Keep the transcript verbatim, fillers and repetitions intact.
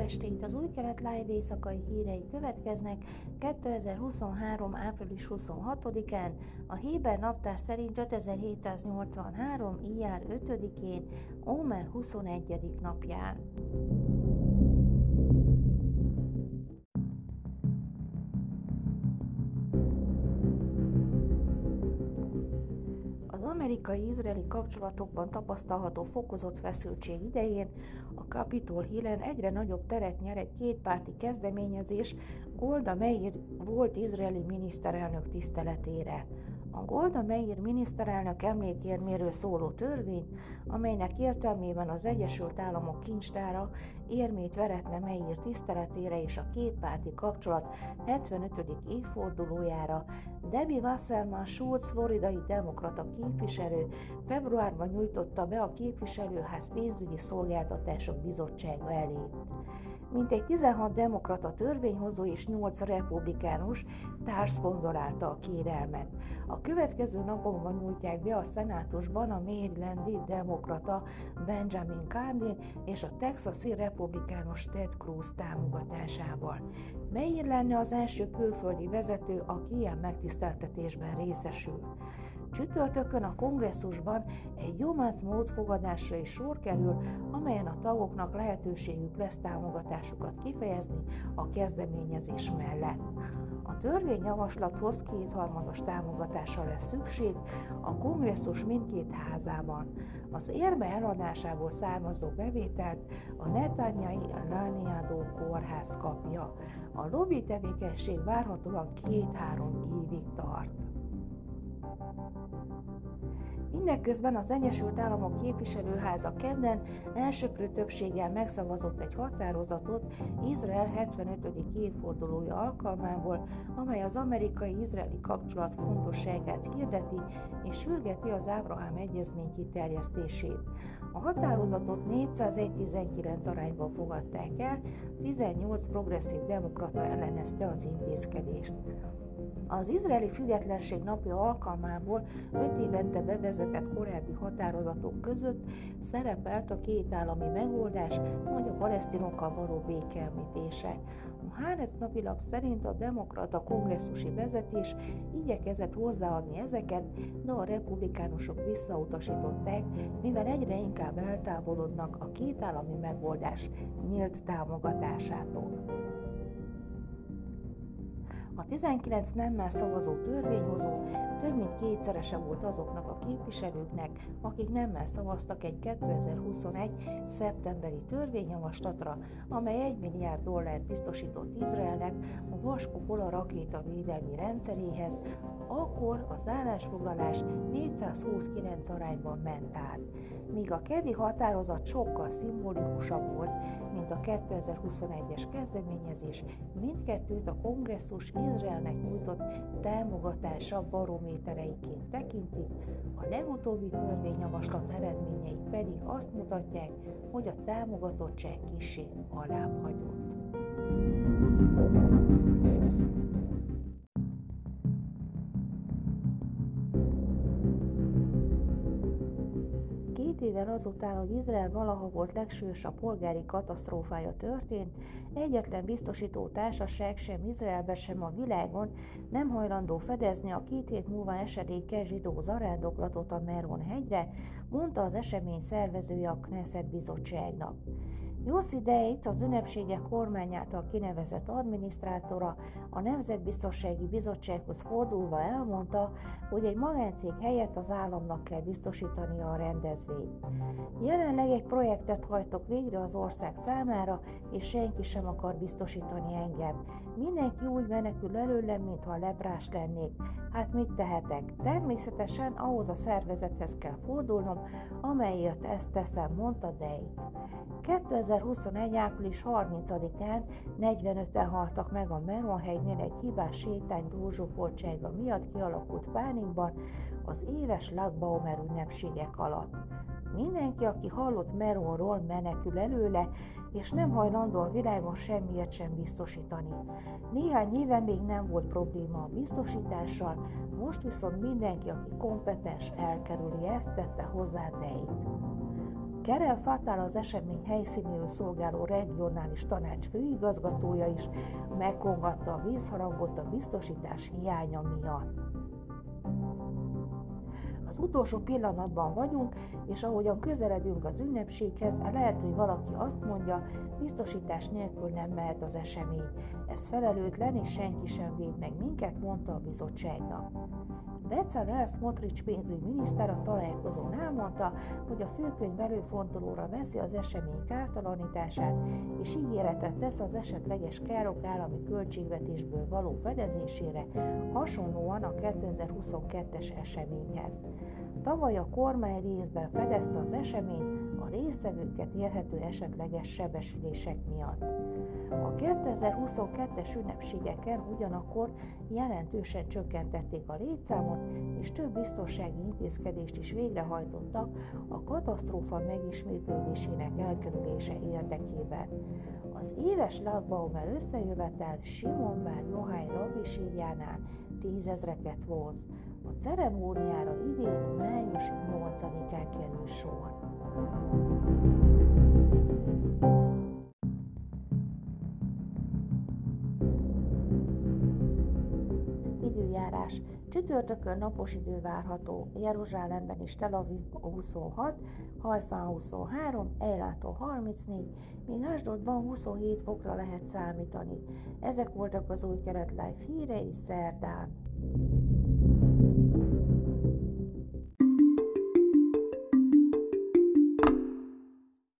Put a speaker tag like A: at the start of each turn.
A: estét! Az Új Kelet Live éjszakai hírei következnek kétezer-huszonhárom. április huszonhatodikán, a héber naptár szerint ötezer-hétszáznyolcvanhárom. ijár ötödikén, Ómer huszonegyedik napján. Az amerikai-izraeli kapcsolatokban tapasztalható fokozott feszültség idején a Capitol Hillen egyre nagyobb teret nyer egy kétpárti kezdeményezés Golda Meir volt izraeli miniszterelnök tiszteletére. A Golda Meir miniszterelnök emlékérméről szóló törvény, amelynek értelmében az Egyesült Államok kincstára érmét veretne Meir tiszteletére és a kétpárti kapcsolat hetvenötödik évfordulójára, Debbie Wasserman Schultz floridai demokrata képviselő februárban nyújtotta be a képviselőház pénzügyi szolgáltatások bizottsága elé. Mintegy tizenhat demokrata törvényhozó és nyolc republikánus társszponzorálta a kérelmet. A következő napokban nyújtják be a szenátusban a marylandi demokrata Benjamin Cardin és a texasi republikánus Ted Cruz támogatásával. Meir lenne az első külföldi vezető, aki ilyen megtiszteltetésben részesül. Csütörtökön a kongresszusban egy Jomác módfogadásra is sor kerül, amelyen a tagoknak lehetőségük lesz támogatásukat kifejezni a kezdeményezés mellett. A törvényjavaslathoz kétharmados támogatásra lesz szükség a kongresszus mindkét házában. Az érme eladásából származó bevételt a Netanyai Laniadó kórház kapja. A lobby tevékenység várhatóan két-három évig tart. Mindeközben az Egyesült Államok képviselőháza kedden elsöprő többséggel megszavazott egy határozatot Izrael hetvenötödik évfordulója alkalmából, amely az amerikai-izraeli kapcsolat fontosságát hirdeti és sürgeti az Ábrahám egyezmény kiterjesztését. A határozatot négyszázegy tizenkilenc arányban fogadták el, tizennyolc progresszív demokrata ellenezte az intézkedést. Az izraeli függetlenség napja alkalmából öt évente bevezetett korábbi határozatok között szerepelt a kétállami megoldás, vagy a palesztinokkal való békeemlítése. A Haaretz napilap szerint a demokrata kongresszusi vezetés igyekezett hozzáadni ezeket, de a republikánusok visszautasították, mivel egyre inkább eltávolodnak a kétállami megoldás nyílt támogatásától. A tizenkilenc nemmel szavazó törvényhozó több mint kétszerese volt azoknak a képviselőknek, akik nemmel szavaztak egy kétezer-huszonegy. szeptemberi törvényjavaslatra, amely egy milliárd dollárt biztosított Izraelnek a vaskupola rakétavédelmi rendszeréhez, akkor az állásfoglalás négyszázhuszonkilenc arányban ment át. Míg a keddi határozat sokkal szimbolikusabb volt, mint a kétezer-huszonegyes kezdeményezés, mindkettőt a kongresszus Izraelnek nyújtott támogatása barométereiként tekintik, a legutóbbi törvényjavaslat eredményei pedig azt mutatják, hogy a támogatottság kissé alább hagyott. Két évvel azután, hogy Izrael valaha volt legsúlyosabb polgári katasztrófája történt, egyetlen biztosító társaság sem Izraelben, sem a világon nem hajlandó fedezni a két hét múlva esedékes zsidó zarándoklatot a Meron hegyre, mondta az esemény szervezője a Knesset bizottságnak. Yossi Deit, az ünnepségek kormány által kinevezett adminisztrátora, a Nemzetbiztonsági Bizottsághoz fordulva elmondta, hogy egy magáncég helyett az államnak kell biztosítania a rendezvényt. Jelenleg egy projektet hajtok végre az ország számára, és senki sem akar biztosítani engem. Mindenki úgy menekül előlem, mintha lebrás lennék. Hát mit tehetek? Természetesen ahhoz a szervezethez kell fordulnom, amelyért ezt teszem, mondta Deit. kétezer-huszonegy. április harmincadikán negyvenöten haltak meg a Meron-hegynél egy hibás sétány túlzsúfoltsága miatt kialakult pánikban az éves Lag Baumer ünnepségek alatt. Mindenki, aki hallott Meronról, menekül előle, és nem hajlandó a világon semmiért sem biztosítani. Néhány éve még nem volt probléma a biztosítással, most viszont mindenki, aki kompetens, elkerüli ezt, tette hozzá Deit. Kerel Fattal, az esemény helyszínéül szolgáló regionális tanács főigazgatója is megkongatta a vészharangot a biztosítás hiánya miatt. Az utolsó pillanatban vagyunk, és ahogyan közeledünk az ünnepséghez, lehet, hogy valaki azt mondja, biztosítás nélkül nem mehet az esemény. Ez felelőtlen, és senki sem véd meg minket, mondta a bizottságnak. Bezalel Smotrich pénzügyminiszter a találkozón elmondta, hogy a főkönyv előfontolóra veszi az esemény kártalanítását, és ígéretet tesz az esetleges károk állami költségvetésből való fedezésére, hasonlóan a kétezer-huszonkettes eseményhez. Tavaly a kormány részben fedezte az eseményt a résztvevőket érhető esetleges sebesülések miatt. A kétezer-huszonkettes ünnepségeken ugyanakkor jelentősen csökkentették a létszámot, és több biztonsági intézkedést is végrehajtottak a katasztrófa megismétlődésének elkerülése érdekében. Az éves Lagbaumer összejövetel Simonvár Johány rabbi sírjánál tízezreket vonz. A ceremóniára idén május nyolcadikán kerül sor. Időjárás. Csütörtökön napos idő várható, Jeruzsálemben és Tel Avivban huszonhat, Hajfán huszonhárom, Eilától harmincnégy, míg Asdodban huszonhét fokra lehet számítani. Ezek voltak az új kelet live hírei szerdán.